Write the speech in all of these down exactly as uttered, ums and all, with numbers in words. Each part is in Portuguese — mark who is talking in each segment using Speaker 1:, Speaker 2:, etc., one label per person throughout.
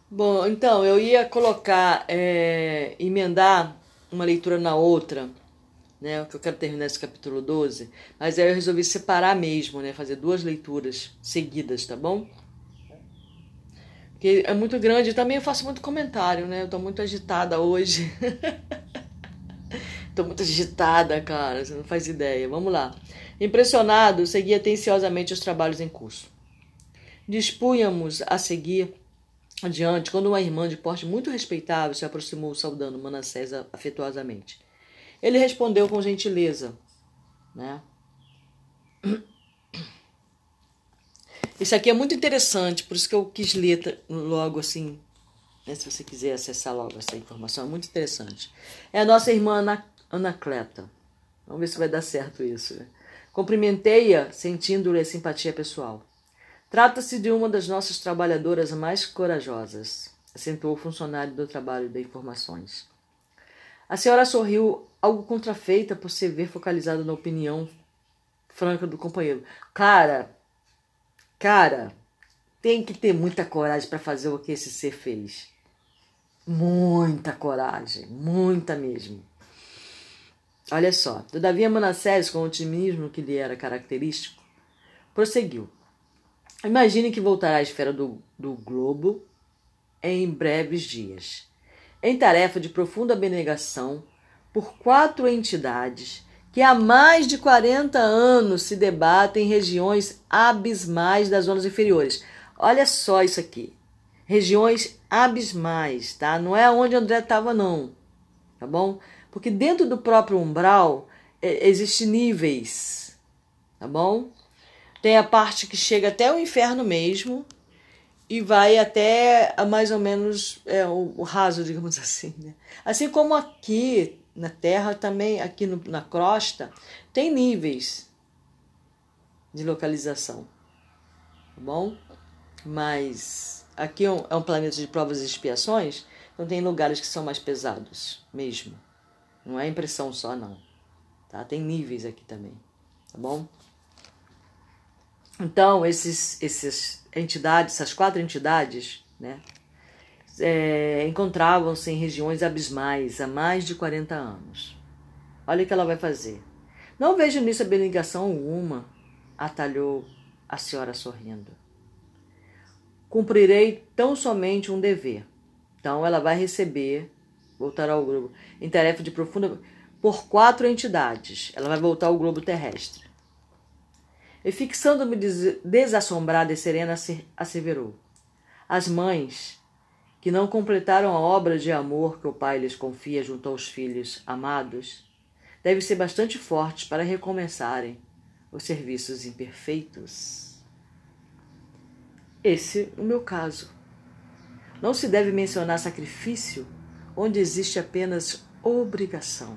Speaker 1: Bom, então, eu ia colocar, é, emendar uma leitura na outra, né? Que eu quero terminar esse capítulo doze, mas aí eu resolvi separar mesmo, né? Fazer duas leituras seguidas, tá bom? Porque é muito grande, e também eu faço muito comentário, né? Eu tô muito agitada hoje. Tô muito agitada, cara, você não faz ideia. Vamos lá. Impressionado, segui atenciosamente os trabalhos em curso. Dispunhamos a seguir adiante quando uma irmã de porte muito respeitável se aproximou saudando Manassés afetuosamente. Ele respondeu com gentileza, né? Isso aqui é muito interessante, por isso que eu quis ler logo assim, né, se você quiser acessar logo essa informação, é muito interessante. É a nossa irmã Ana, Anacleta. Vamos ver se vai dar certo isso. Né? Cumprimentei-a, sentindo-lhe simpatia pessoal. Trata-se de uma das nossas trabalhadoras mais corajosas, acentuou o funcionário do trabalho de informações. A senhora sorriu, algo contrafeita por se ver focalizada na opinião franca do companheiro. Cara, cara, tem que ter muita coragem para fazer o que esse ser fez. Muita coragem, muita mesmo. Olha só, todavia Manassés, com o otimismo que lhe era característico, prosseguiu. Imagine que voltará à esfera do, do globo em breves dias, em tarefa de profunda abnegação por quatro entidades que há mais de quarenta anos se debatem em regiões abismais das zonas inferiores. Olha só isso aqui. Regiões abismais, tá? Não é onde André estava, não. Tá bom? Porque dentro do próprio umbral é, existem níveis, tá bom? Tem a parte que chega até o inferno mesmo e vai até mais ou menos é, o, o raso, digamos assim. Né? Assim como aqui na Terra também, aqui no, na crosta, tem níveis de localização, tá bom? Mas aqui é um, é um planeta de provas e expiações, então tem lugares que são mais pesados mesmo. Não é impressão só, não. Tá? Tem níveis aqui também, tá bom? Então, esses, esses entidades, essas quatro entidades, né, é, encontravam-se em regiões abismais há mais de quarenta anos. Olha o que ela vai fazer. Não vejo nisso abnegação alguma, atalhou a senhora sorrindo. Cumprirei tão somente um dever. Então, ela vai receber, voltar ao globo, em tarefa de profunda... por quatro entidades. Ela vai voltar ao globo terrestre. E fixando-me desassombrada e serena, asseverou. As mães, que não completaram a obra de amor que o pai lhes confia junto aos filhos amados, devem ser bastante fortes para recomeçarem os serviços imperfeitos. Esse é o meu caso. Não se deve mencionar sacrifício onde existe apenas obrigação,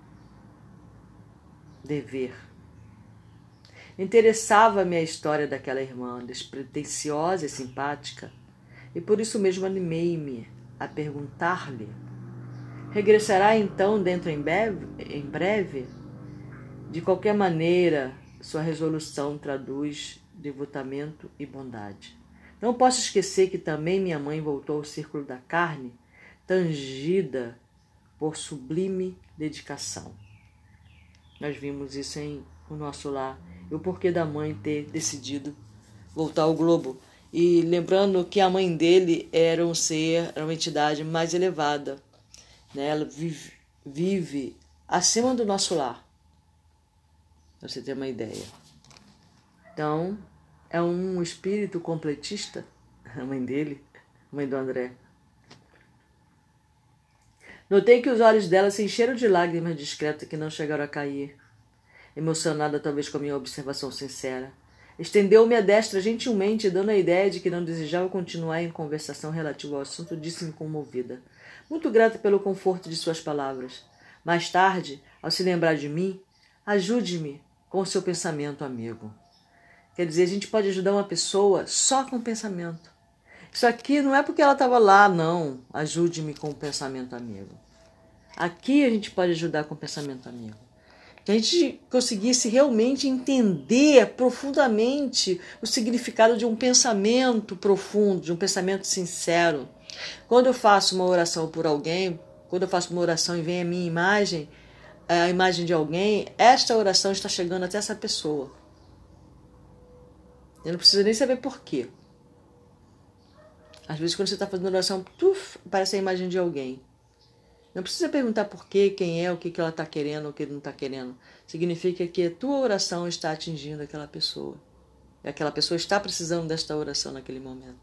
Speaker 1: dever. Interessava-me a história daquela irmã, despretensiosa e simpática, e por isso mesmo animei-me a perguntar-lhe: regressará então dentro em breve, em breve? De qualquer maneira, sua resolução traduz devotamento e bondade. Não posso esquecer que também minha mãe voltou ao círculo da carne, tangida por sublime dedicação. Nós vimos isso em O Nosso Lar, e o porquê da mãe ter decidido voltar ao globo. E lembrando que a mãe dele era um ser, era uma entidade mais elevada. Né? Ela vive, vive acima do nosso lar, para você ter uma ideia. Então, é um espírito completista, a mãe dele, a mãe do André. Notei que os olhos dela se encheram de lágrimas discretas que não chegaram a cair. Emocionada talvez com a minha observação sincera, estendeu-me a destra gentilmente, dando a ideia de que não desejava continuar em conversação relativa ao assunto, disse-me comovida, muito grata pelo conforto de suas palavras. Mais tarde, ao se lembrar de mim, ajude-me com o seu pensamento, amigo. Quer dizer, a gente pode ajudar uma pessoa só com o pensamento. Isso aqui não é porque ela estava lá, não. Ajude-me com o pensamento, amigo. Aqui a gente pode ajudar com o pensamento, amigo. Que a gente conseguisse realmente entender profundamente o significado de um pensamento profundo, de um pensamento sincero, Quando eu faço uma oração por alguém, quando eu faço uma oração e vem a minha imagem, a imagem de alguém, esta oração está chegando até essa pessoa. Eu não preciso nem saber por quê. Às vezes, quando você está fazendo oração, tuf, aparece a imagem de alguém. Não precisa perguntar por quê, quem é, o que, que ela está querendo, o que não está querendo. Significa que a tua oração está atingindo aquela pessoa. E aquela pessoa está precisando desta oração naquele momento.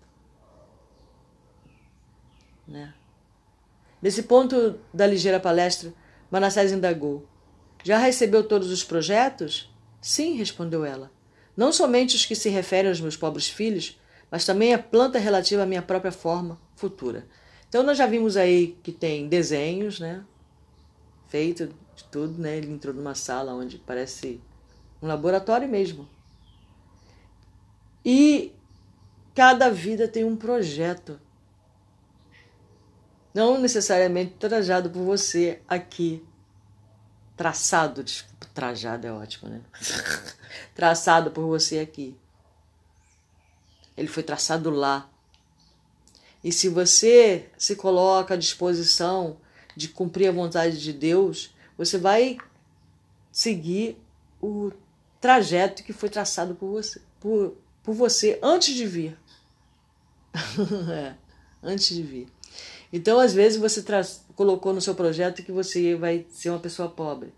Speaker 1: Né? Nesse ponto da ligeira palestra, Manassés indagou. Já recebeu todos os projetos? Sim, respondeu ela. Não somente os que se referem aos meus pobres filhos, mas também a planta relativa à minha própria forma futura. Então nós já vimos aí que tem desenhos, né? Feito de tudo, né? Ele entrou numa sala onde parece um laboratório mesmo. E cada vida tem um projeto. Não necessariamente trajado por você aqui. Traçado, desculpa, trajado é ótimo, né? Traçado por você aqui. Ele foi traçado lá. E se você se coloca à disposição de cumprir a vontade de Deus, você vai seguir o trajeto que foi traçado por você, por, por você antes de vir. é, antes de vir. Então, às vezes, você tra- colocou no seu projeto que você vai ser uma pessoa pobre.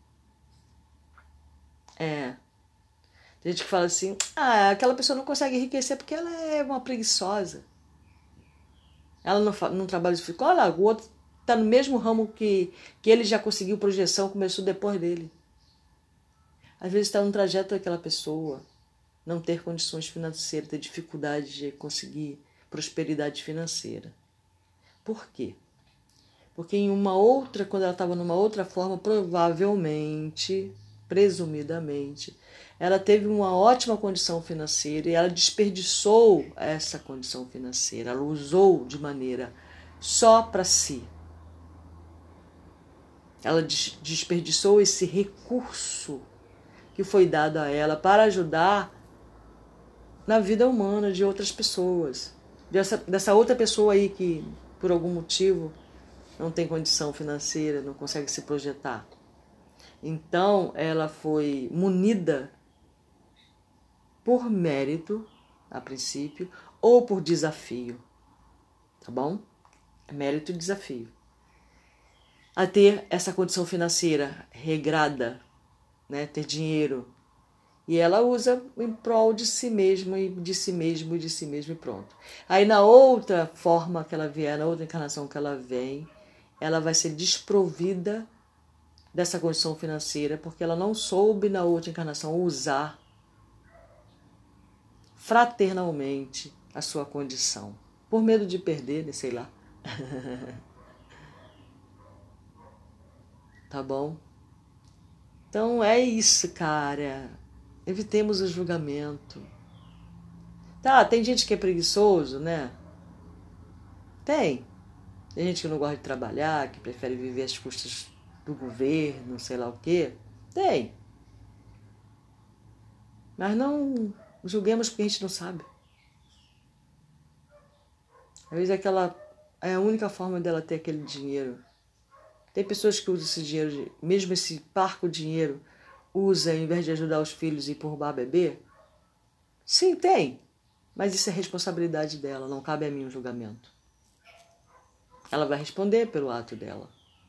Speaker 1: É. Tem gente que fala assim, ah, aquela pessoa não consegue enriquecer porque ela é uma preguiçosa. Ela não, não trabalha isso. Olha, o outro está no mesmo ramo que, que ele já conseguiu projeção, começou depois dele. Às vezes está no trajeto daquela pessoa não ter condições financeiras, ter dificuldade de conseguir prosperidade financeira. Por quê? Porque em uma outra, quando ela estava numa outra forma, provavelmente, presumidamente, ela teve uma ótima condição financeira e ela desperdiçou essa condição financeira, ela usou de maneira só para si. Ela des- desperdiçou esse recurso que foi dado a ela para ajudar na vida humana de outras pessoas. Dessa, dessa outra pessoa aí que, por algum motivo, não tem condição financeira, não consegue se projetar. Então, ela foi munida por mérito, a princípio, ou por desafio, tá bom? Mérito e desafio. A ter essa condição financeira regrada, né? Ter dinheiro. E ela usa em prol de si mesma, e de si mesmo, e de si mesmo e pronto. Aí na outra forma que ela vier, na outra encarnação que ela vem, ela vai ser desprovida dessa condição financeira, porque ela não soube na outra encarnação usar fraternalmente a sua condição. Por medo de perder, né? Sei lá. Tá bom? Então é isso, cara. Evitemos o julgamento. Tá, tem gente que é preguiçoso, né? Tem. Tem gente que não gosta de trabalhar, que prefere viver às custas do governo, sei lá o quê. Tem. Mas não julguemos porque a gente não sabe. Às vezes aquela é a única forma dela ter aquele dinheiro. Tem pessoas que usam esse dinheiro, mesmo esse parco dinheiro, usa ao invés de ajudar os filhos e ir por bar beber? Sim, tem. Mas isso é responsabilidade dela, não cabe a mim o julgamento. Ela vai responder pelo ato dela.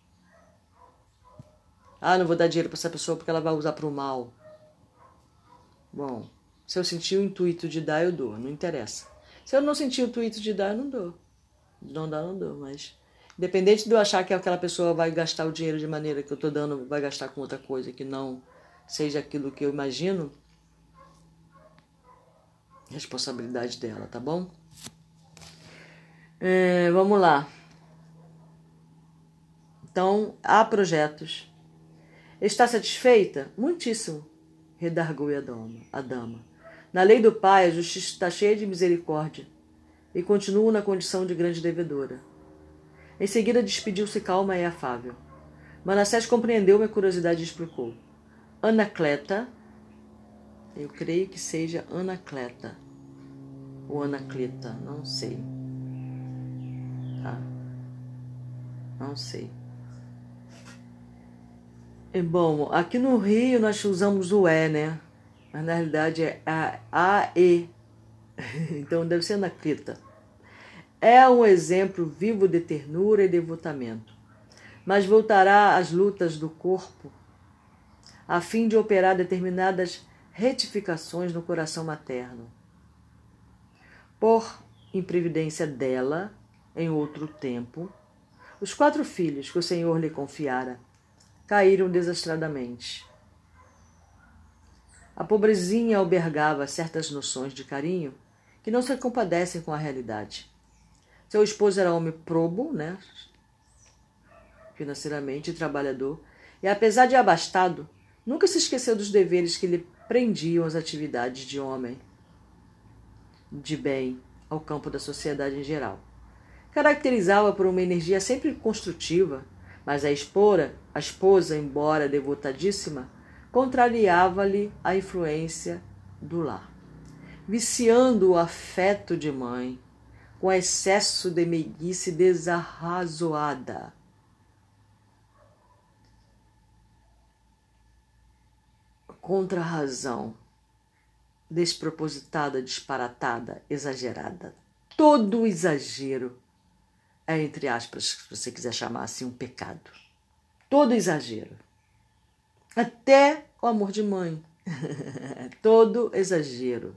Speaker 1: Ah, não vou dar dinheiro para essa pessoa porque ela vai usar para o mal. Bom, se eu sentir o intuito de dar, eu dou, não interessa. Se eu não sentir o intuito de dar, eu não dou. Não dá, não dou, mas... Independente de eu achar que aquela pessoa vai gastar o dinheiro de maneira que eu estou dando, vai gastar com outra coisa que não seja aquilo que eu imagino, responsabilidade dela, tá bom? É, vamos lá. Então, há projetos. Está satisfeita? Muitíssimo, redargou a dama. A dama. Na lei do Pai, a justiça está cheia de misericórdia e continuo na condição de grande devedora. Em seguida, despediu-se calma e afável. Manassés compreendeu minha curiosidade e explicou. Anacleta, eu creio que seja Anacleta, ou Anacleta, não sei. tá? Não sei. E, bom, aqui no Rio nós usamos o E, né? Mas na realidade é a, a E. Então deve ser Anacleta. É um exemplo vivo de ternura e devotamento, mas voltará às lutas do corpo a fim de operar determinadas retificações no coração materno. Por imprevidência dela, em outro tempo, os quatro filhos que o Senhor lhe confiara caíram desastradamente. A pobrezinha albergava certas noções de carinho que não se compadecem com a realidade. Seu esposo era homem probo, né, financeiramente trabalhador, e apesar de abastado, nunca se esqueceu dos deveres que lhe prendiam as atividades de homem de bem ao campo da sociedade em geral. Caracterizava por uma energia sempre construtiva, mas a espora, a esposa, embora devotadíssima, contrariava-lhe a influência do lar, viciando o afeto de mãe com excesso de meiguice desarrazoada. Contra a razão, despropositada, disparatada, exagerada. Todo exagero é, entre aspas, se você quiser chamar assim, um pecado. Todo exagero. Até o amor de mãe. Todo exagero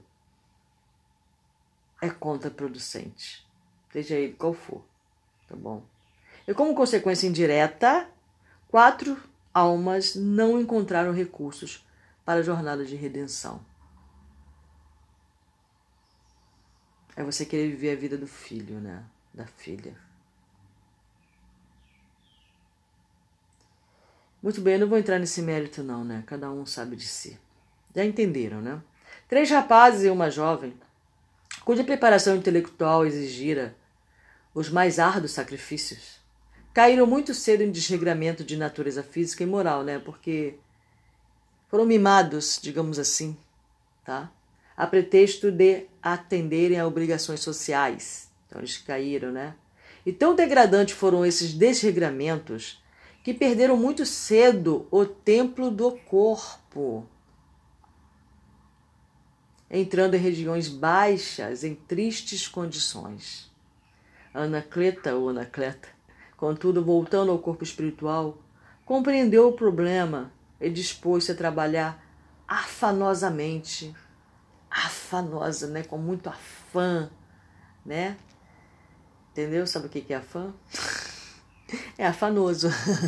Speaker 1: é contraproducente, seja ele qual for, tá bom? E como consequência indireta, quatro almas não encontraram recursos para a jornada de redenção. É você querer viver a vida do filho, né? Da filha. Muito bem, eu não vou entrar nesse mérito não, né? Cada um sabe de si. Já entenderam, né? Três rapazes e uma jovem, cuja preparação intelectual exigira os mais árduos sacrifícios, caíram muito cedo em desregramento de natureza física e moral, né? Porque foram mimados, digamos assim, tá? A pretexto de atenderem a obrigações sociais. Então eles caíram, né? E tão degradantes foram esses desregramentos que perderam muito cedo o templo do corpo, entrando em regiões baixas, em tristes condições. Anacleta ou Anacleta, contudo, voltando ao corpo espiritual, compreendeu o problema e dispôs-se a trabalhar afanosamente, afanosa, né, com muito afã, né? Entendeu? Sabe o que é afã? É afanoso.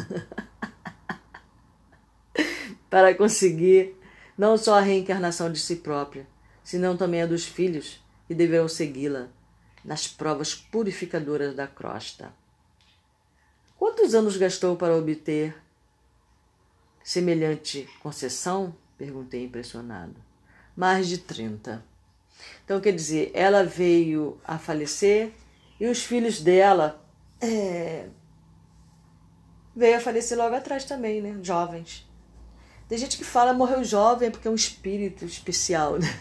Speaker 1: Para conseguir não só a reencarnação de si própria, senão também a dos filhos que deverão segui-la nas provas purificadoras da crosta. Quantos anos gastou para obter semelhante concessão? Perguntei impressionado. Mais de trinta. Então, quer dizer, ela veio a falecer e os filhos dela é, veio a falecer logo atrás também, né? Jovens. Tem gente que fala morreu jovem porque é um espírito especial, né?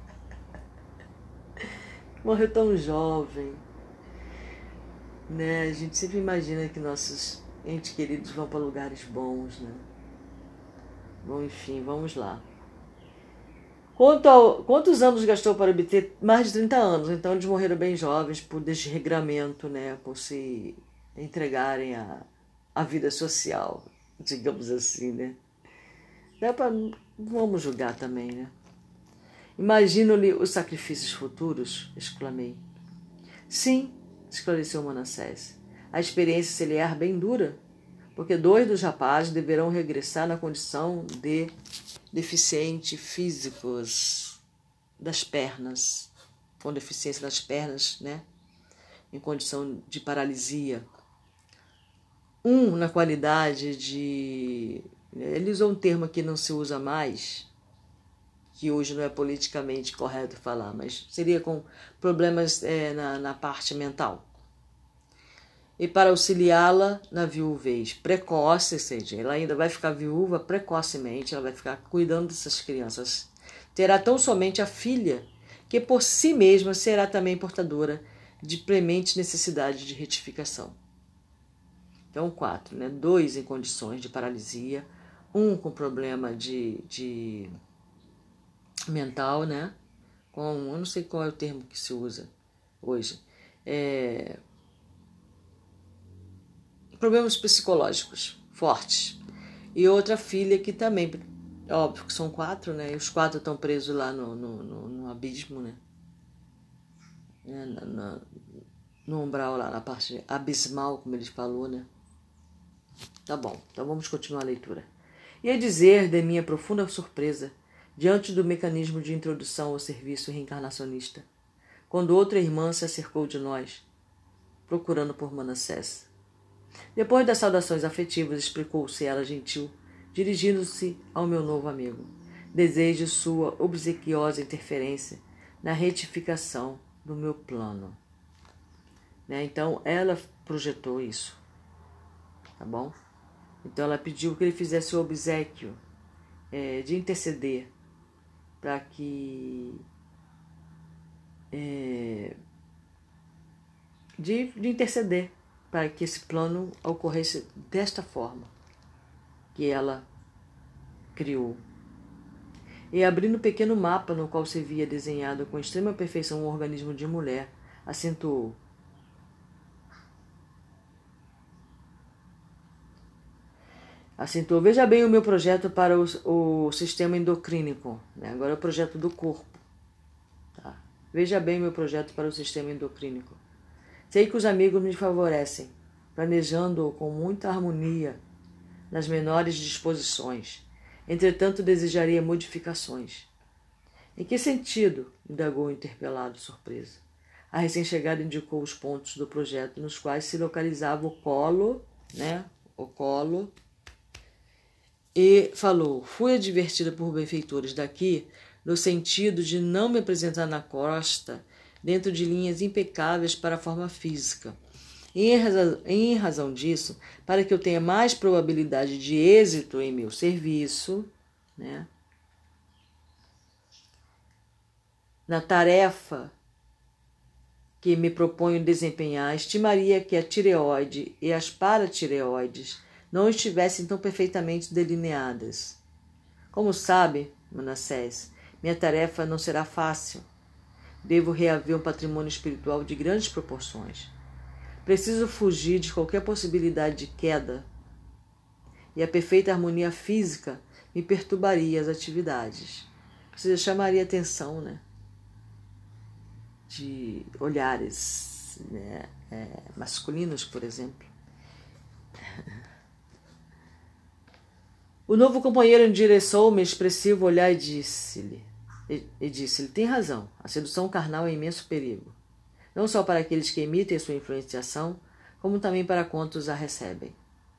Speaker 1: Morreu tão jovem, né? A gente sempre imagina que nossos entes queridos vão para lugares bons, né? Bom, enfim, vamos lá. Quanto ao, quantos anos gastou para obter? Mais de trinta anos. Então eles morreram bem jovens por desregramento, né? Por se entregarem à, à vida social, digamos assim, né? Dá pra, vamos julgar também, né? Imagino-lhe os sacrifícios futuros, exclamei. Sim, esclareceu Manassés. A experiência se lhe é bem dura, porque dois dos rapazes deverão regressar na condição de deficientes físicos das pernas, com deficiência das pernas, né? Em condição de paralisia. Um na qualidade de... Ele usou um termo que não se usa mais, que hoje não é politicamente correto falar, mas seria com problemas é, na, na parte mental. E para auxiliá-la na viuvez precoce, ou seja, ela ainda vai ficar viúva precocemente, ela vai ficar cuidando dessas crianças. Terá tão somente a filha, que por si mesma será também portadora de premente necessidade de retificação. Então, quatro, né? Dois em condições de paralisia, um com problema de, de mental, né? Com, eu não sei qual é o termo que se usa hoje. É, problemas psicológicos fortes. E outra filha que também, óbvio que são quatro, né? E os quatro estão presos lá no, no, no, no abismo, né? No, no, no umbral lá, na parte abismal, como ele falou, né? Tá bom, então vamos continuar a leitura. E a dizer de minha profunda surpresa, diante do mecanismo de introdução ao serviço reencarnacionista, quando outra irmã se acercou de nós, procurando por Manassés. Depois das saudações afetivas, explicou-se ela gentil, dirigindo-se ao meu novo amigo. Desejo sua obsequiosa interferência na retificação do meu plano. Né? Então, ela projetou isso. Tá bom? Então, ela pediu que ele fizesse o obséquio é, de interceder para que... É, de, de interceder para que esse plano ocorresse desta forma que ela criou. E abrindo um pequeno mapa no qual se via desenhado com extrema perfeição um organismo de mulher, acentuou: acentuou, veja bem o meu projeto para o, o sistema endocrínico, né? Agora é o projeto do corpo. Tá? Veja bem o meu projeto para o sistema endocrínico. Sei que os amigos me favorecem, planejando-o com muita harmonia, nas menores disposições. Entretanto, desejaria modificações. Em que sentido? Indagou o interpelado, surpresa. A recém-chegada indicou os pontos do projeto nos quais se localizava o colo, né? O colo, e falou: fui advertida por benfeitores daqui no sentido de não me apresentar na costa dentro de linhas impecáveis para a forma física. E em razão, em razão disso, para que eu tenha mais probabilidade de êxito em meu serviço, né, na tarefa que me proponho desempenhar, estimaria que a tireoide e as paratireoides não estivessem tão perfeitamente delineadas. Como sabe, Manassés, minha tarefa não será fácil. Devo reaver um patrimônio espiritual de grandes proporções. Preciso fugir de qualquer possibilidade de queda, e a perfeita harmonia física me perturbaria as atividades. Ou seja, chamaria atenção, né, de olhares, né, é, masculinos, por exemplo. O novo companheiro endereçou-me expressivo olhar e disse-lhe, e, e disse-lhe, tem razão, a sedução carnal é imenso perigo. Não só para aqueles que emitem sua influenciação, como também para quantos a recebem.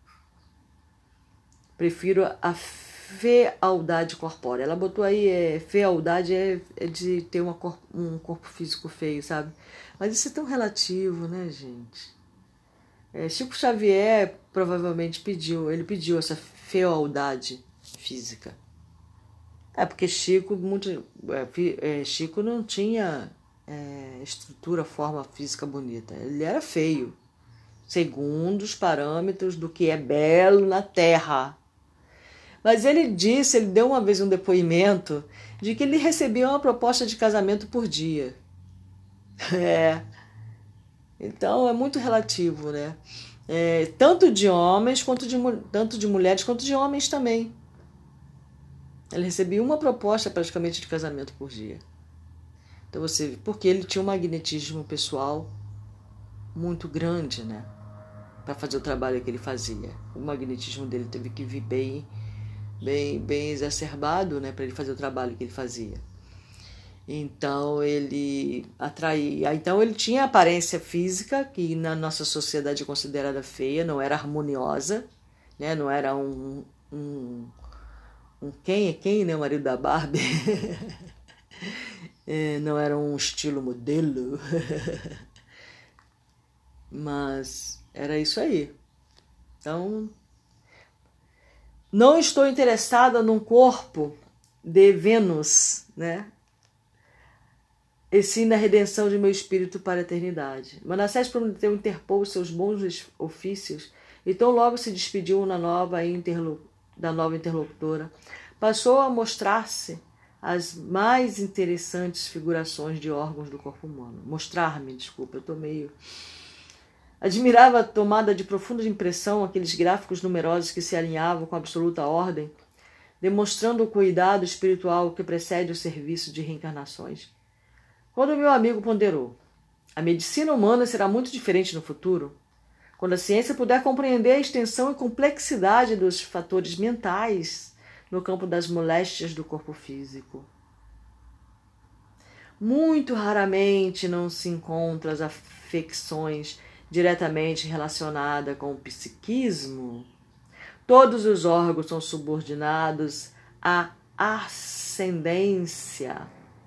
Speaker 1: Prefiro a fealdade corpórea. Ela botou aí, é, fealdade é, é de ter uma cor, um corpo físico feio, sabe? Mas isso é tão relativo, né, gente? É, Chico Xavier provavelmente pediu, ele pediu essa fealdade física. É porque Chico, muito, é, Chico não tinha... É, estrutura, forma física bonita. Ele era feio, segundo os parâmetros do que é belo na Terra. Mas ele disse, ele deu uma vez um depoimento de que ele recebia uma proposta de casamento por dia. É. Então é muito relativo, né? É, tanto de homens quanto de, tanto de mulheres quanto de homens também. Ele recebia uma proposta praticamente de casamento por dia. Então você, porque ele tinha um magnetismo pessoal muito grande, né, para fazer o trabalho que ele fazia. O magnetismo dele teve que vir bem, bem, bem exacerbado, né, para ele fazer o trabalho que ele fazia. Então ele atraía. Então ele tinha aparência física que na nossa sociedade é considerada feia, não era harmoniosa, né, não era um, um, um quem é quem, né, o marido da Barbie. É, não era um estilo modelo, mas era isso aí. Então, não estou interessada num corpo de Vênus, né? e sim na redenção de meu espírito para a eternidade. Manassés prometeu interpor os seus bons ofícios e tão logo se despediu na nova interlo... da nova interlocutora, passou a mostrar-se as mais interessantes figurações de órgãos do corpo humano. Mostrar-me, desculpa, eu estou meio... Admirava a tomada de profunda impressão aqueles gráficos numerosos que se alinhavam com absoluta ordem, demonstrando o cuidado espiritual que precede o serviço de reencarnações. Quando meu amigo ponderou, a medicina humana será muito diferente no futuro, quando a ciência puder compreender a extensão e complexidade dos fatores mentais no campo das moléstias do corpo físico. Muito raramente não se encontram as afecções diretamente relacionadas com o psiquismo. Todos os órgãos são subordinados à ascendência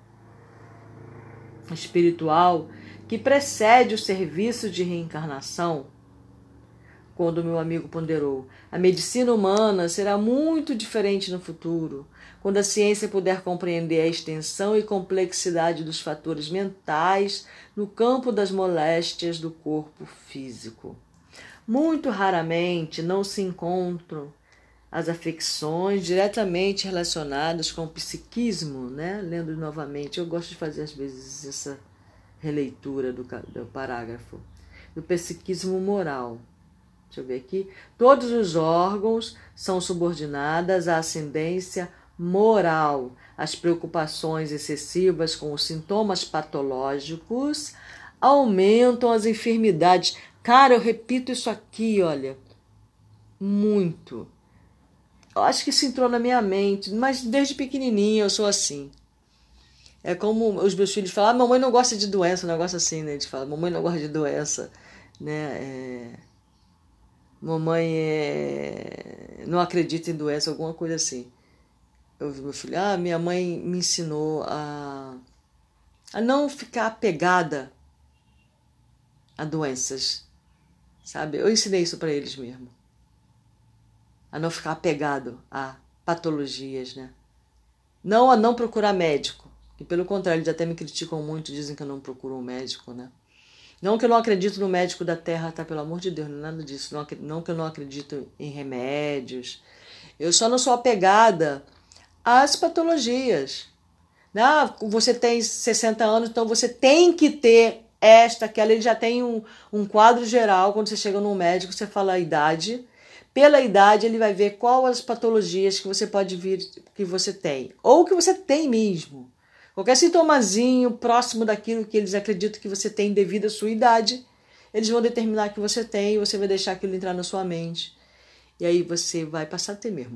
Speaker 1: espiritual que precede o serviço de reencarnação. Quando meu amigo ponderou, a medicina humana será muito diferente no futuro, quando a ciência puder compreender a extensão e complexidade dos fatores mentais no campo das moléstias do corpo físico. Muito raramente não se encontram as afecções diretamente relacionadas com o psiquismo, né? Lendo novamente, eu gosto de fazer às vezes essa releitura do, do parágrafo, do psiquismo moral. Deixa eu ver aqui. Todos os órgãos são subordinados à ascendência moral. As preocupações excessivas com os sintomas patológicos aumentam as enfermidades. Cara, eu repito isso aqui, olha, muito. Eu acho que isso entrou na minha mente, mas desde pequenininha eu sou assim. É como os meus filhos falam, ah, mamãe não gosta de doença, um negócio assim, né? Eles falam, mamãe não gosta de doença, né? É... Mamãe é... não acredita em doença, alguma coisa assim. Eu vi meu filho, ah, minha mãe me ensinou a, a não ficar apegada a doenças, sabe? Eu ensinei isso para eles mesmo. A não ficar apegado a patologias, né? Não a não procurar médico, que pelo contrário, eles até me criticam muito, dizem que eu não procuro um médico, né? Não que eu não acredito no médico da terra, tá? Pelo amor de Deus, não é nada disso. Não, não que eu não acredito em remédios. Eu só não sou apegada às patologias. Ah, você tem sessenta anos, então você tem que ter esta, aquela. Ele já tem um, um quadro geral. Quando você chega num médico, você fala a idade. Pela idade, ele vai ver quais as patologias que você pode vir, que você tem. Ou que você tem mesmo. Qualquer sintomazinho próximo daquilo que eles acreditam que você tem devido à sua idade, eles vão determinar que você tem e você vai deixar aquilo entrar na sua mente. E aí você vai passar a ter mesmo.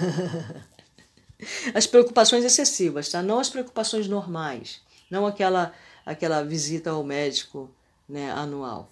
Speaker 1: As preocupações excessivas, tá? Não as preocupações normais. Não aquela, aquela visita ao médico, né, anual.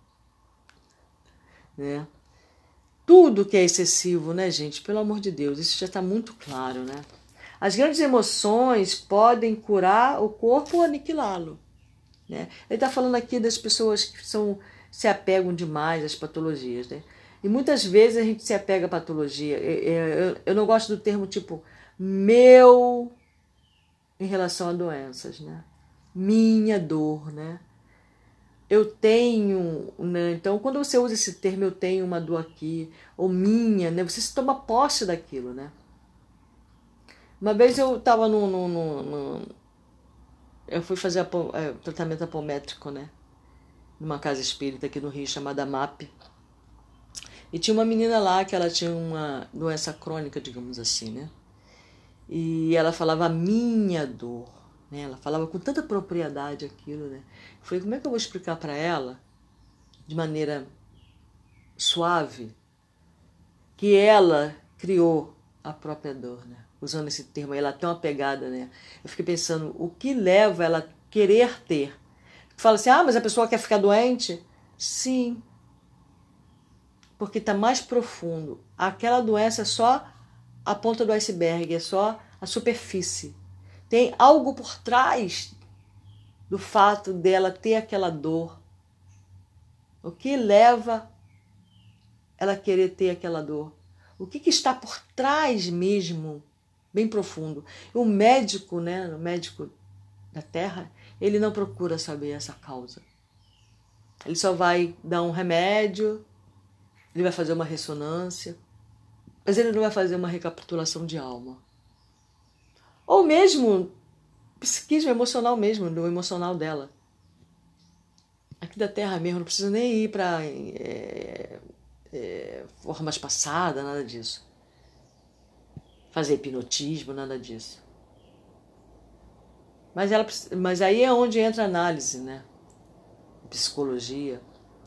Speaker 1: Né? Tudo que é excessivo, né, gente? Pelo amor de Deus, isso já está muito claro, né? As grandes emoções podem curar o corpo ou aniquilá-lo. Né? Ele está falando aqui das pessoas que são, se apegam demais às patologias. Né? E muitas vezes a gente se apega à patologia. Eu, eu não gosto do termo tipo meu em relação a doenças. Né? Minha dor. Né? Eu tenho, né? Então quando você usa esse termo, eu tenho uma dor aqui, ou minha, né? Você se toma posse daquilo, né? Uma vez eu estava no, no, no, no... Eu fui fazer apo, é, tratamento apométrico, né? Numa casa espírita aqui no Rio, chamada M A P. E tinha uma menina lá que ela tinha uma doença crônica, digamos assim, né? E ela falava a minha dor. Né? Ela falava com tanta propriedade aquilo, né? Eu falei, como é que eu vou explicar para ela, de maneira suave, que ela criou a própria dor, né? Usando esse termo, ela é tão apegada, né? Eu fiquei pensando, o que leva ela a querer ter? Fala assim, ah, mas a pessoa quer ficar doente? Sim, porque está mais profundo. Aquela doença é só a ponta do iceberg, é só a superfície. Tem algo por trás do fato dela ter aquela dor. O que leva ela a querer ter aquela dor? O que, que está por trás mesmo, bem profundo? O médico, né, o médico da Terra, ele não procura saber essa causa. Ele só vai dar um remédio, ele vai fazer uma ressonância, mas ele não vai fazer uma recapitulação de alma. Ou mesmo psiquismo emocional mesmo, do emocional dela. Aqui da Terra mesmo, não precisa nem ir para é, é, formas passadas, nada disso. Fazer hipnotismo, nada disso. Mas, ela, mas aí é onde entra a análise, né? Psicologia.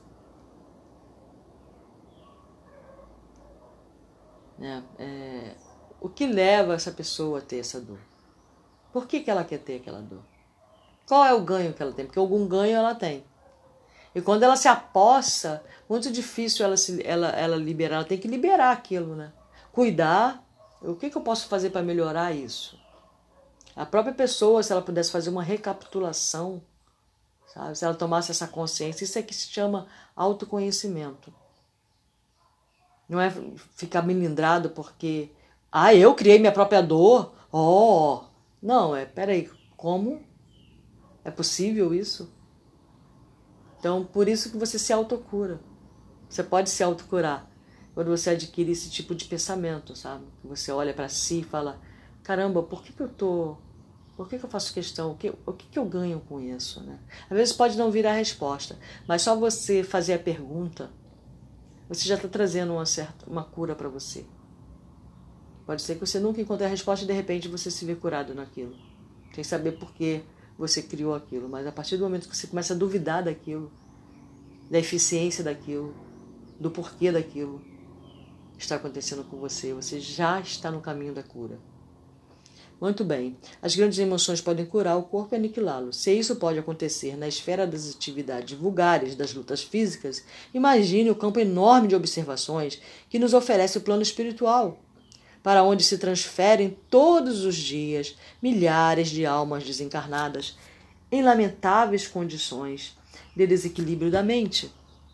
Speaker 1: Né? É, o que leva essa pessoa a ter essa dor? Por que, que ela quer ter aquela dor? Qual é o ganho que ela tem? Porque algum ganho ela tem. E quando ela se apossa, muito difícil ela, se, ela, ela liberar. Ela tem que liberar aquilo, né? Cuidar. O que, que eu posso fazer para melhorar isso? A própria pessoa, se ela pudesse fazer uma recapitulação, sabe? Se ela tomasse essa consciência, isso é que se chama autoconhecimento. Não é ficar melindrado porque, ah, eu criei minha própria dor. Oh, não, é, peraí, como? É possível isso? Então, por isso que você se autocura. Você pode se autocurar quando você adquire esse tipo de pensamento, sabe? Você olha para si e fala, caramba, por que que eu tô... Por que que eu faço questão? O que, o que que eu ganho com isso, né? Às vezes pode não vir a resposta, mas só você fazer a pergunta, você já está trazendo uma, certa, uma cura para você. Pode ser que você nunca encontre a resposta e de repente você se vê curado naquilo. Sem saber por que você criou aquilo. Mas a partir do momento que você começa a duvidar daquilo, da eficiência daquilo, do porquê daquilo que está acontecendo com você, você já está no caminho da cura. Muito bem. As grandes emoções podem curar o corpo e aniquilá-lo. Se isso pode acontecer na esfera das atividades vulgares das lutas físicas, imagine o campo enorme de observações que nos oferece o plano espiritual, para onde se transferem todos os dias milhares de almas desencarnadas em lamentáveis condições de desequilíbrio da mente.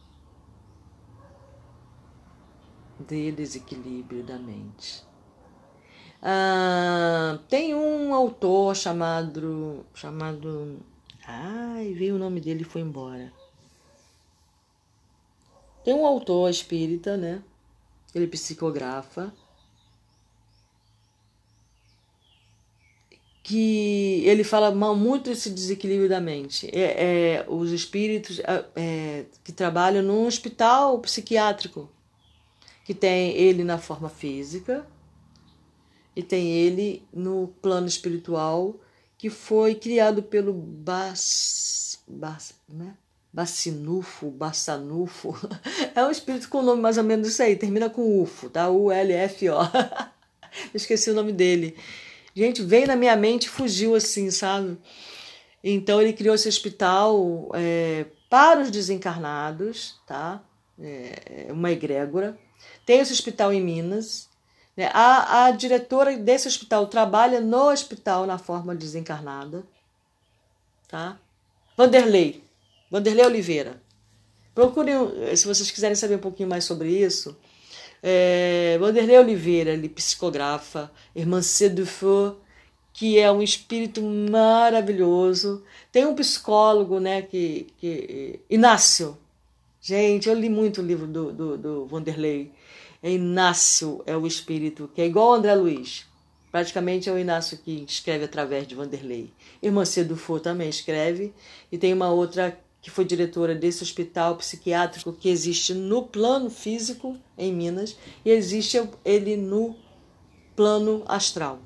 Speaker 1: De desequilíbrio da mente. Ah, tem um autor chamado... chamado ai, veio o nome dele e foi embora. Tem um autor espírita, né? Ele psicografa. Que ele fala muito desse desequilíbrio da mente. É, é, os espíritos é, que trabalham num hospital psiquiátrico, que tem ele na forma física e tem ele no plano espiritual, que foi criado pelo Bas, Bas, né? Bacinufo, Bassanufo. É um espírito com nome mais ou menos isso aí, termina com ufo, tá? U L F O. Esqueci o nome dele. Gente, veio na minha mente e fugiu assim, sabe? Então ele criou esse hospital é, para os desencarnados, tá? É, uma egrégora. Tem esse hospital em Minas. Né? A, a diretora desse hospital trabalha no hospital na forma desencarnada, tá? Vanderlei. Vanderlei Oliveira. Procurem, se vocês quiserem saber um pouquinho mais sobre isso. É, Vanderlei Oliveira, ele psicografa, Irmã C. Dufour, que é um espírito maravilhoso. Tem um psicólogo, né, que, que Inácio. Gente, eu li muito o livro do, do, do Vanderlei. É Inácio é o espírito, que é igual ao André Luiz. Praticamente é o Inácio que escreve através de Vanderlei. Irmã C. Dufour também escreve. E tem uma outra que foi diretora desse hospital psiquiátrico que existe no plano físico em Minas e existe ele no plano astral.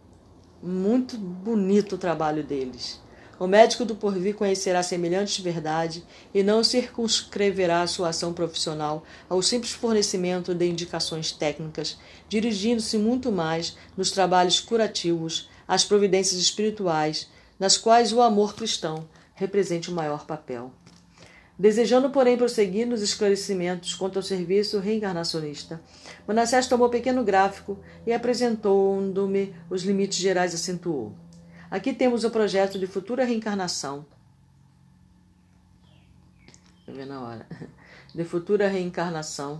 Speaker 1: Muito bonito o trabalho deles. O médico do porvir conhecerá semelhante verdade e não circunscreverá a sua ação profissional ao simples fornecimento de indicações técnicas, dirigindo-se muito mais nos trabalhos curativos, às providências espirituais, nas quais o amor cristão represente o maior papel. Desejando, porém, prosseguir nos esclarecimentos quanto ao serviço reencarnacionista, Manassés tomou pequeno gráfico e, apresentando-me os limites gerais, acentuou. Aqui temos o projeto de futura reencarnação. Deixa eu ver na hora. De futura reencarnação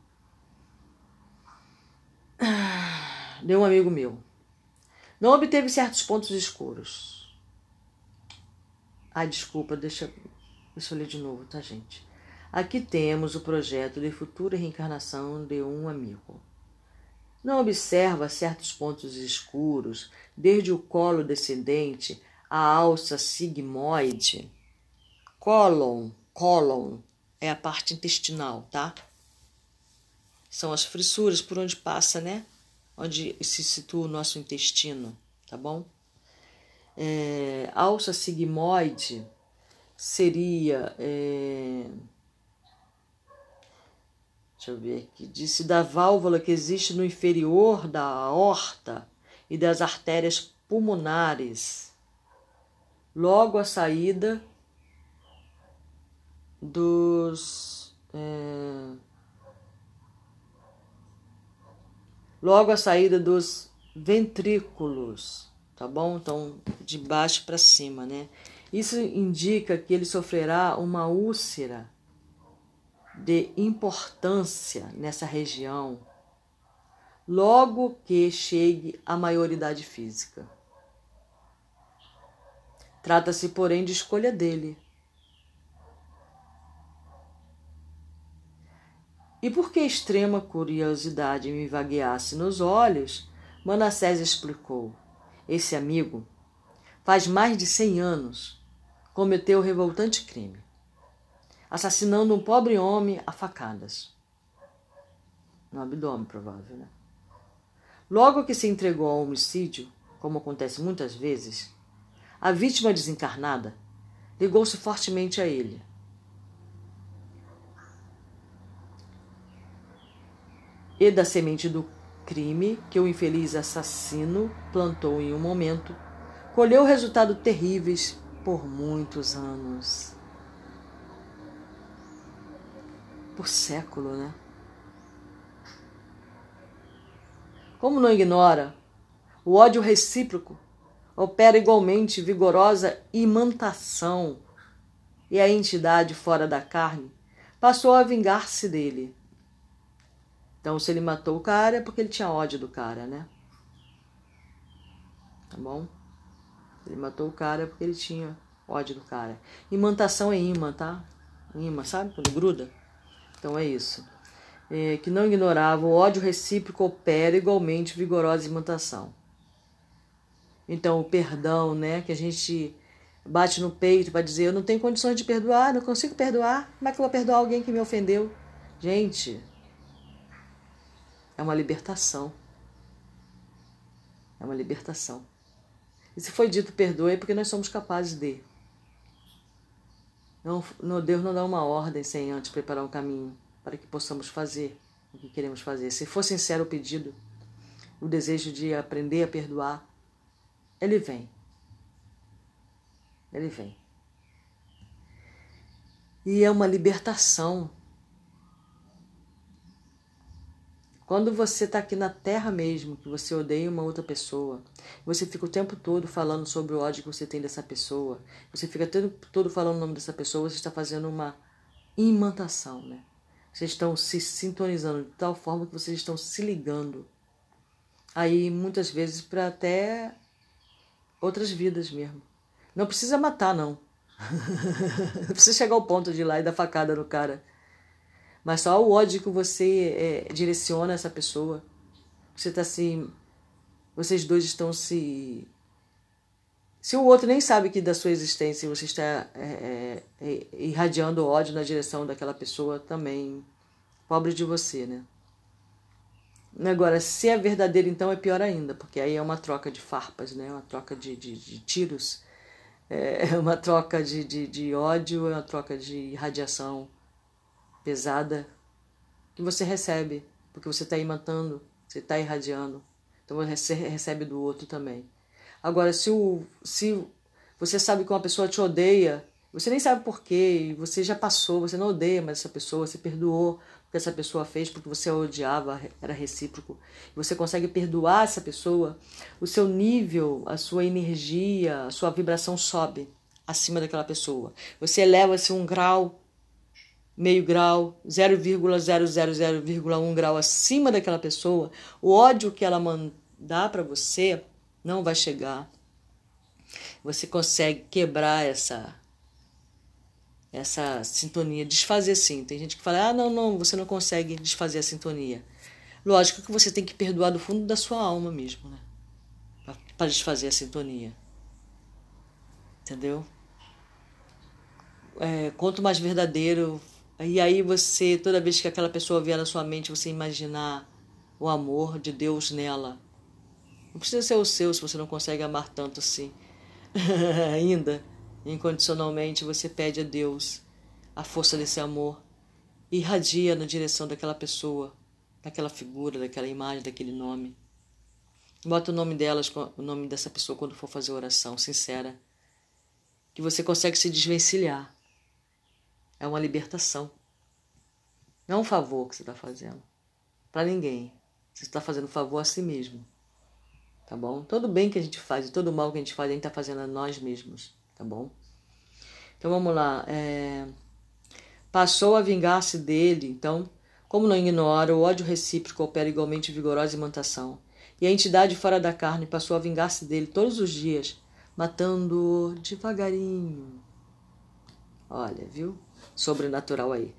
Speaker 1: de um amigo meu. Não obteve certos pontos escuros. Ah, desculpa, deixa, deixa eu ler de novo, tá, gente? Aqui temos o projeto de futura reencarnação de um amigo. Não observa certos pontos escuros, desde o colo descendente à alça sigmoide. Cólon, cólon é a parte intestinal, tá? São as fissuras por onde passa, né? Onde se situa o nosso intestino, tá bom? É, alça sigmoide seria... É, deixa eu ver aqui. Disse da válvula que existe no inferior da aorta e das artérias pulmonares. Logo a saída dos... É, logo a saída dos ventrículos, tá bom? Então, de baixo para cima, né? Isso indica que ele sofrerá uma úlcera de importância nessa região, logo que chegue à maioridade física. Trata-se, porém, de escolha dele. E porque extrema curiosidade me vagueasse nos olhos, Manassés explicou: esse amigo, faz mais de cem anos, cometeu o revoltante crime, assassinando um pobre homem a facadas. No abdômen, provável, né? Logo que se entregou ao homicídio, como acontece muitas vezes, a vítima desencarnada ligou-se fortemente a ele. E da semente do crime que o infeliz assassino plantou em um momento, colheu resultados terríveis por muitos anos. Por século, né? Como não ignora, o ódio recíproco opera igualmente vigorosa imantação, e a entidade fora da carne passou a vingar-se dele. Então, se ele matou o cara é porque ele tinha ódio do cara, né? Tá bom? Ele matou o cara é porque ele tinha ódio do cara. Imantação é imã, tá? Imã, sabe? Quando gruda. Então é isso. É, que não ignorava, o ódio recíproco opera igualmente vigorosa imantação. Então, o perdão, né? Que a gente bate no peito para dizer, eu não tenho condições de perdoar, não consigo perdoar. Como é que eu vou perdoar alguém que me ofendeu? Gente, é uma libertação. É uma libertação. E se foi dito perdoe, é porque nós somos capazes de. Não, não, Deus não dá uma ordem sem antes preparar um caminho para que possamos fazer o que queremos fazer. Se for sincero o pedido, o desejo de aprender a perdoar, ele vem. Ele vem. E é uma libertação. Quando você está aqui na terra mesmo, que você odeia uma outra pessoa, você fica o tempo todo falando sobre o ódio que você tem dessa pessoa, você fica o tempo todo falando o nome dessa pessoa, você está fazendo uma imantação, né? Vocês estão se sintonizando de tal forma que vocês estão se ligando. Aí, muitas vezes, para até outras vidas mesmo. Não precisa matar, não. Não precisa chegar ao ponto de ir lá e dar facada no cara. Mas só o ódio que você é, direciona essa pessoa. Você tá se... Vocês dois estão se... Se o outro nem sabe que da sua existência você está é, é, irradiando ódio na direção daquela pessoa também. Pobre de você, né? Agora, se é verdadeiro, então é pior ainda. Porque aí é uma troca de farpas, né? Uma troca de, de, de tiros. É uma troca de, de, de ódio, é uma troca de irradiação pesada que você recebe, porque você está matando, você está irradiando, então você recebe do outro também. Agora, se, o, se você sabe que uma pessoa te odeia, você nem sabe por quê, você já passou, você não odeia mais essa pessoa, você perdoou o que essa pessoa fez porque você a odiava, era recíproco, você consegue perdoar essa pessoa, o seu nível, a sua energia, a sua vibração sobe acima daquela pessoa. Você eleva-se um grau, meio grau, zero vírgula zero zero zero vírgula um grau acima daquela pessoa, o ódio que ela mandar para você não vai chegar. Você consegue quebrar essa, essa sintonia, desfazer sim. Tem gente que fala, ah, não, não, você não consegue desfazer a sintonia. Lógico que você tem que perdoar do fundo da sua alma mesmo, né? Para desfazer a sintonia. Entendeu? É, quanto mais verdadeiro, e aí você, toda vez que aquela pessoa vier na sua mente, você imaginar o amor de Deus nela. Não precisa ser o seu se você não consegue amar tanto assim. Ainda, incondicionalmente, você pede a Deus a força desse amor e irradia na direção daquela pessoa, daquela figura, daquela imagem, daquele nome. Bota o nome delas, o nome dessa pessoa quando for fazer oração, sincera. Que você consegue se desvencilhar. É uma libertação. Não é um favor que você está fazendo. Para ninguém. Você está fazendo favor a si mesmo. Tá bom? Todo bem que a gente faz e todo mal que a gente faz, a gente está fazendo a nós mesmos. Tá bom? Então vamos lá. É... Passou a vingar-se dele. Então, como não ignora, o ódio recíproco opera igualmente vigorosa imantação. E a entidade fora da carne passou a vingar-se dele todos os dias, matando-o devagarinho. Olha, viu? Sobrenatural aí.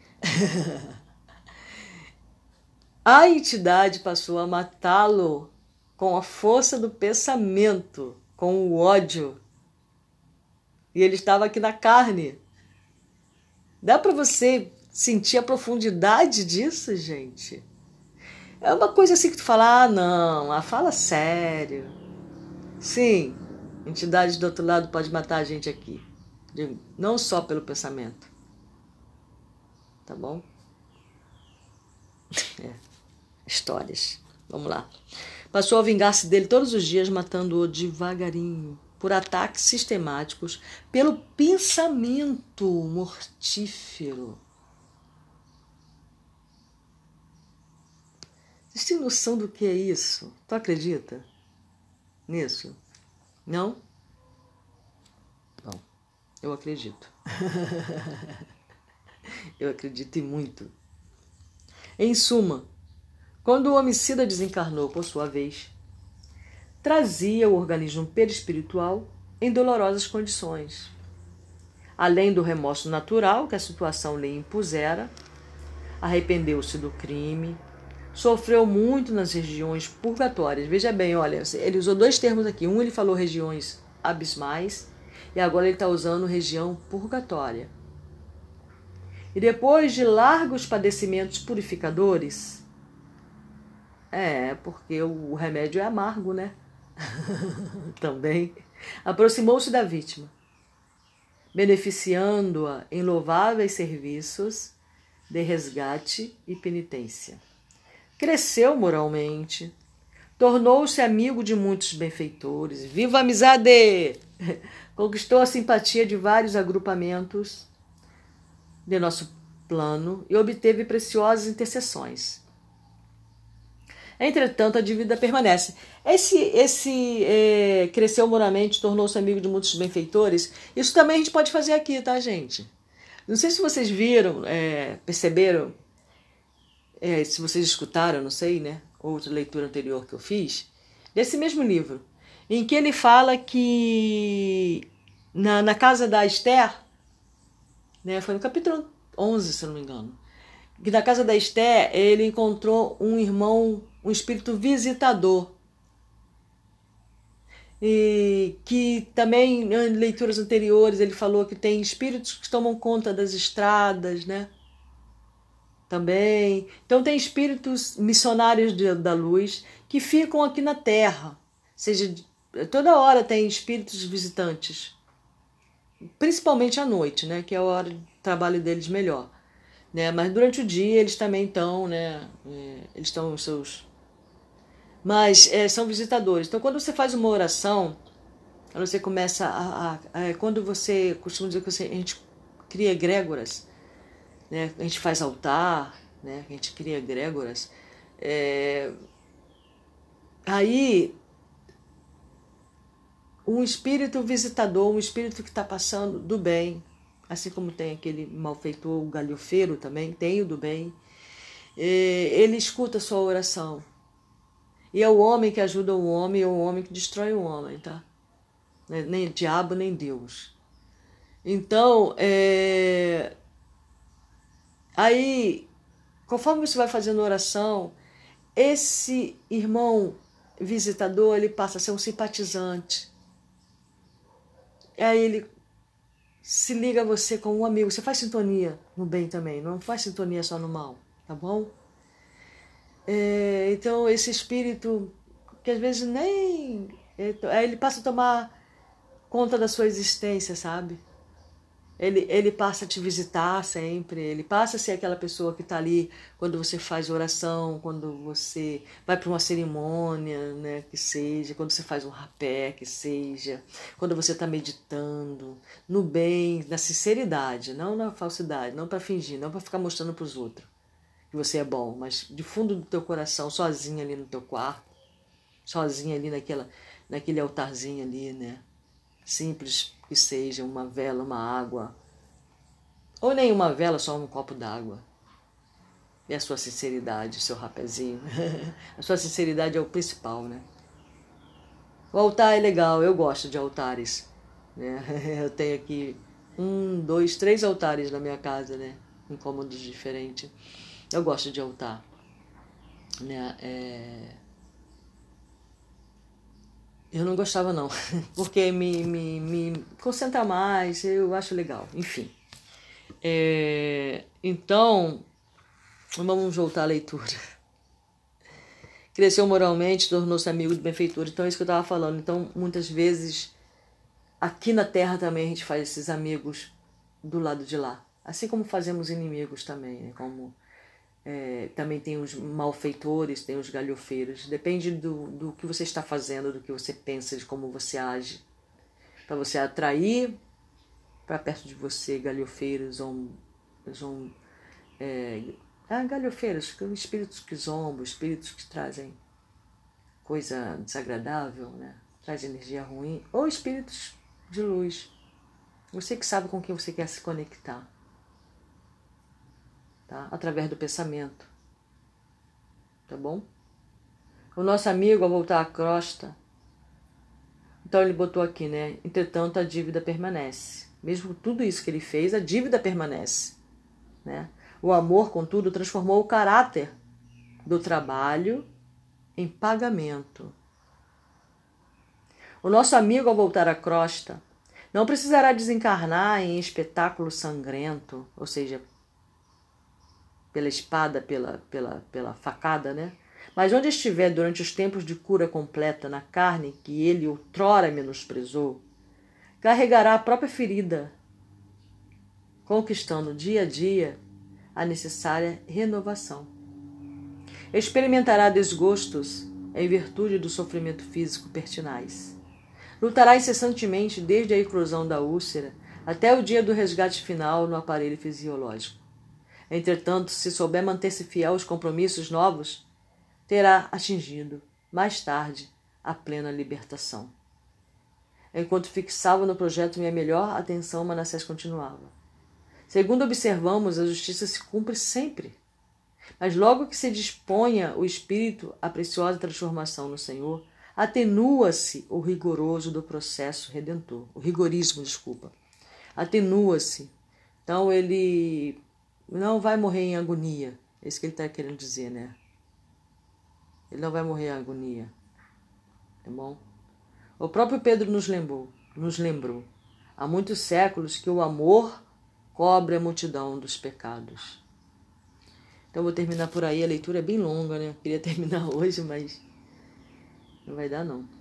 Speaker 1: A entidade passou a matá-lo com a força do pensamento, com o ódio. E ele estava aqui na carne. Dá para você sentir a profundidade disso, gente? É uma coisa assim que tu fala, ah, não, ah, fala sério. Sim, entidade do outro lado pode matar a gente aqui. Não só pelo pensamento. Tá bom? É. Histórias. Vamos lá. Passou a vingar-se dele todos os dias, matando-o devagarinho, por ataques sistemáticos, pelo pensamento mortífero. Vocês têm noção do que é isso? Tu acredita nisso? Não? Bom, eu acredito. Eu acredito e muito. Em suma, quando o homicida desencarnou por sua vez, trazia o organismo perispiritual em dolorosas condições. Além do remorso natural que a situação lhe impusera, arrependeu-se do crime, sofreu muito nas regiões purgatórias. Veja bem, olha, ele usou dois termos aqui. Um ele falou regiões abismais e agora ele está usando região purgatória. E depois de largos padecimentos purificadores, é, porque o remédio é amargo, né? Também, aproximou-se da vítima, beneficiando-a em louváveis serviços de resgate e penitência. Cresceu moralmente, tornou-se amigo de muitos benfeitores. Viva a amizade! Conquistou a simpatia de vários agrupamentos de nosso plano e obteve preciosas intercessões. Entretanto, a dívida permanece. Esse, esse é, cresceu moralmente, tornou-se amigo de muitos benfeitores. Isso também a gente pode fazer aqui, tá, gente? Não sei se vocês viram, é, perceberam, é, se vocês escutaram, não sei, né? Outra leitura anterior que eu fiz, desse mesmo livro, em que ele fala que na, na casa da Esther, né, foi no capítulo onze, se não me engano, que na casa da Esther ele encontrou um irmão, um espírito visitador. E que também em leituras anteriores ele falou que tem espíritos que tomam conta das estradas, né? Também. Então tem espíritos missionários de, da luz que ficam aqui na Terra. Ou seja, toda hora tem espíritos visitantes. Principalmente à noite, né? Que é a hora de trabalho deles melhor. Né? Mas durante o dia eles também estão, né? É, eles estão nos seus... Mas é, são visitadores. Então quando você faz uma oração, quando você começa a... a, a quando você costuma dizer que você, a gente cria egrégoras, né? A gente faz altar, né? A gente cria egrégoras. É, aí um espírito visitador, um espírito que está passando do bem, assim como tem aquele malfeitor, o galhofeiro também, tem o do bem, ele escuta a sua oração. E é o homem que ajuda o homem, é o homem que destrói o homem, tá? Nem diabo, nem Deus. Então, é... aí, conforme você vai fazendo oração, esse irmão visitador, ele passa a ser um simpatizante. Aí ele se liga a você como um amigo. Você faz sintonia no bem também, não faz sintonia só no mal, tá bom? É, então, esse espírito, que às vezes nem... Aí ele passa a tomar conta da sua existência, sabe? Ele, ele passa a te visitar sempre, ele passa a ser aquela pessoa que está ali quando você faz oração, quando você vai para uma cerimônia, né, que seja, quando você faz um rapé, que seja, quando você está meditando, no bem, na sinceridade, não na falsidade, não para fingir, não para ficar mostrando para os outros que você é bom, mas de fundo do teu coração, sozinho ali no teu quarto, sozinho ali naquela, naquele altarzinho ali, né? Simples que seja, uma vela, uma água, ou nem uma vela, só um copo d'água. E a sua sinceridade, o seu rapézinho. A sua sinceridade é o principal, né? O altar é legal, eu gosto de altares, né? Eu tenho aqui um, dois, três altares na minha casa, né? Em cômodos diferentes. Eu gosto de altar, né? É... Eu não gostava não, porque me, me, me concentra mais, eu acho legal, enfim. É, então, vamos voltar à leitura. Cresceu moralmente, tornou-se amigo do benfeitor, então é isso que eu estava falando. Então, muitas vezes, aqui na Terra também a gente faz esses amigos do lado de lá. Assim como fazemos inimigos também, né? Como... É, também tem os malfeitores, tem os galhofeiros. Depende do, do que você está fazendo, do que você pensa, de como você age. Para você atrair para perto de você galhofeiros ou, ou é, ah, galhofeiros, espíritos que zombam, espíritos que trazem coisa desagradável, né? Traz energia ruim, ou espíritos de luz. Você que sabe com quem você quer se conectar. Tá? Através do pensamento, tá bom? O nosso amigo, ao voltar à crosta, então ele botou aqui, né? Entretanto, a dívida permanece. Mesmo com tudo isso que ele fez, a dívida permanece, né? O amor, contudo, transformou o caráter do trabalho em pagamento. O nosso amigo, ao voltar à crosta, não precisará desencarnar em espetáculo sangrento, ou seja, pela espada, pela, pela, pela facada, né? Mas onde estiver durante os tempos de cura completa na carne que ele outrora menosprezou, carregará a própria ferida, conquistando dia a dia a necessária renovação. Experimentará desgostos em virtude do sofrimento físico pertinaz. Lutará incessantemente desde a eclosão da úlcera até o dia do resgate final no aparelho fisiológico. Entretanto, se souber manter-se fiel aos compromissos novos, terá atingido, mais tarde, a plena libertação. Enquanto fixava no projeto minha melhor atenção, Manassés continuava. Segundo observamos, a justiça se cumpre sempre. Mas logo que se disponha o espírito à preciosa transformação no Senhor, atenua-se o rigoroso do processo redentor. O rigorismo, desculpa. Atenua-se. Então ele não vai morrer em agonia. É isso que ele está querendo dizer, né? Ele não vai morrer em agonia. Tá bom? O próprio Pedro nos lembrou, nos lembrou. Há muitos séculos que o amor cobre a multidão dos pecados. Então eu vou terminar por aí. A leitura é bem longa, né? Eu queria terminar hoje, mas não vai dar, não.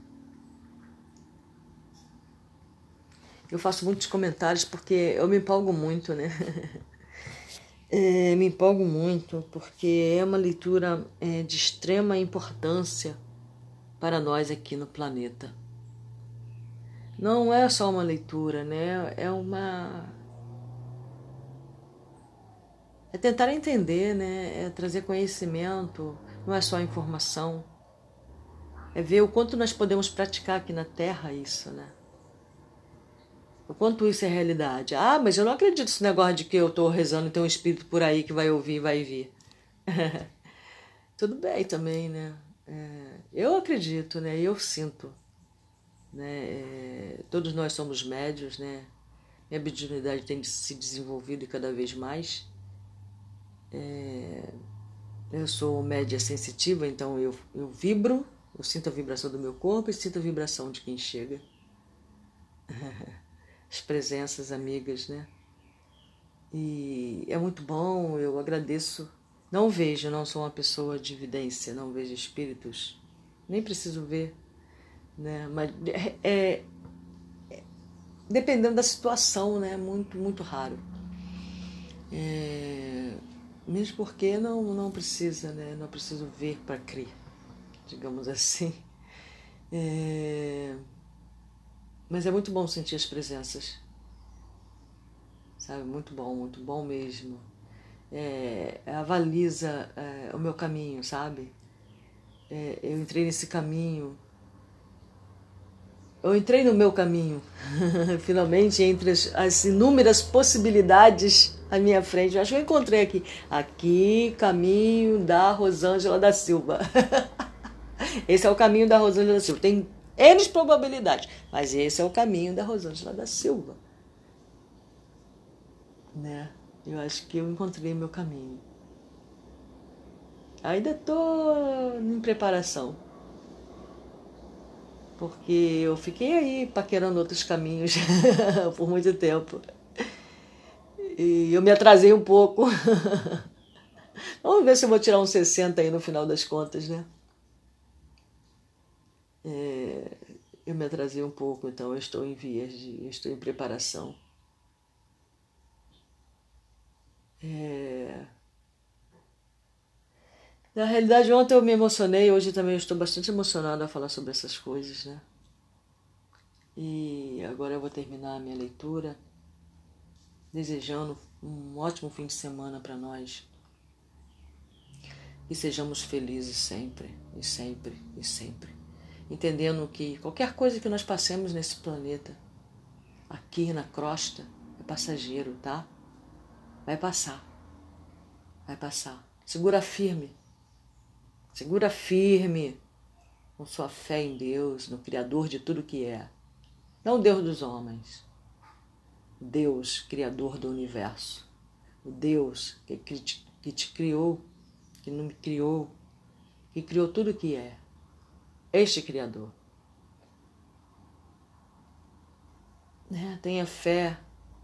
Speaker 1: Eu faço muitos comentários porque eu me empolgo muito, né? É, me empolgo muito porque é uma leitura é, de extrema importância para nós aqui no planeta. Não é só uma leitura, né? É uma... É tentar entender, né? É trazer conhecimento, não é só informação. É ver o quanto nós podemos praticar aqui na Terra isso, né? O quanto isso é realidade. Ah, mas eu não acredito nesse negócio de que eu estou rezando e tem um espírito por aí que vai ouvir e vai vir. Tudo bem também, né? É, eu acredito, né? Eu sinto. Né? É, todos nós somos médios, né? minha mediunidade tem se desenvolvido cada vez mais. É, eu sou média sensitiva, então eu, eu vibro, eu sinto a vibração do meu corpo e sinto a vibração de quem chega. As presenças amigas, né? E é muito bom, eu agradeço. Não vejo, não sou uma pessoa de evidência, não vejo espíritos, nem preciso ver, né? Mas é, é dependendo da situação, né? Muito, muito raro. É, mesmo porque não, não precisa, né? Não preciso ver para crer, digamos assim. É, mas é muito bom sentir as presenças, sabe? Muito bom, muito bom mesmo. É, avaliza é, o meu caminho, sabe? É, eu entrei nesse caminho. Eu entrei no meu caminho, finalmente, entre as, as inúmeras possibilidades à minha frente. Eu acho que eu encontrei aqui. Aqui, caminho da Rosângela da Silva. Esse é o caminho da Rosângela da Silva. Tem N probabilidades, mas esse é o caminho da Rosângela da Silva. Né? Eu acho que eu encontrei meu caminho. Ainda estou em preparação. Porque eu fiquei aí paquerando outros caminhos por muito tempo. E eu me atrasei um pouco. Vamos ver se eu vou tirar uns sessenta aí no final das contas, né? É, eu me atrasei um pouco, então eu estou em vias de... Eu estou em preparação. É... Na realidade, ontem eu me emocionei, hoje também eu estou bastante emocionada a falar sobre essas coisas, né? E agora eu vou terminar a minha leitura, desejando um ótimo fim de semana para nós. E sejamos felizes sempre, e sempre, e sempre. Entendendo que qualquer coisa que nós passemos nesse planeta, aqui na crosta, é passageiro, tá? Vai passar. Vai passar. Segura firme. Segura firme com sua fé em Deus, no Criador de tudo que é. Não o Deus dos homens. O Deus, Criador do universo. O Deus que te, que te criou, que não me criou, que criou tudo que é. Este Criador. Né? Tenha fé.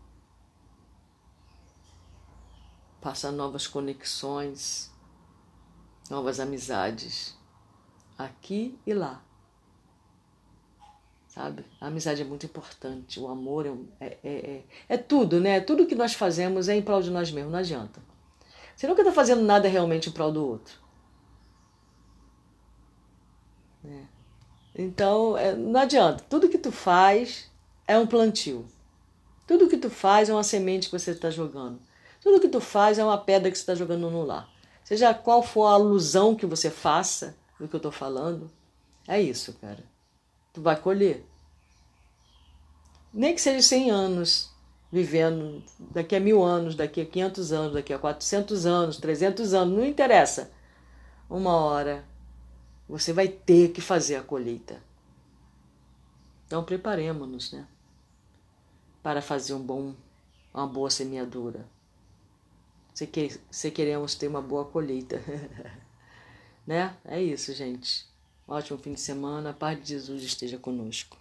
Speaker 1: Faça novas conexões, novas amizades, aqui e lá. Sabe? A amizade é muito importante, o amor é, é, é, é tudo, né? Tudo que nós fazemos é em prol de nós mesmos, não adianta. Você nunca está fazendo nada realmente em prol do outro. Né? Então, é, não adianta. Tudo que tu faz é um plantio. Tudo que tu faz é uma semente que você está jogando. Tudo que tu faz é uma pedra que você está jogando no lar. Seja qual for a alusão que você faça do que eu estou falando, é isso, cara. Tu vai colher. Nem que seja cem anos vivendo, daqui a mil anos, daqui a quinhentos anos, daqui a quatrocentos anos, trezentos anos, não interessa. Uma hora você vai ter que fazer a colheita. Então preparemos-nos, né? Para fazer um bom, uma boa semeadura. Se, que, se queremos ter uma boa colheita. Né? É isso, gente. Ótimo fim de semana. A paz de Jesus esteja conosco.